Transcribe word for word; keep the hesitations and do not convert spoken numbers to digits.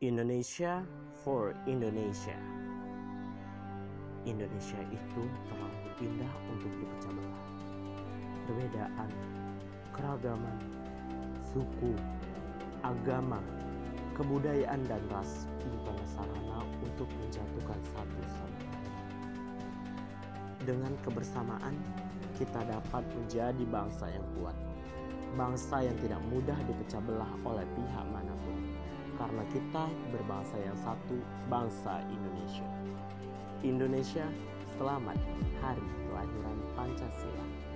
Indonesia for Indonesia. Indonesia itu terlalu indah untuk dipecah belah. Perbedaan, keragaman, suku, agama, kebudayaan dan ras bukanlah sarana untuk menjatuhkan satu sama lain. Dengan kebersamaan, kita dapat menjadi bangsa yang kuat, bangsa yang tidak mudah dipecah belah oleh pihak manapun, karena kita berbangsa yang satu, bangsa Indonesia. Indonesia, selamat hari kelahiran Pancasila.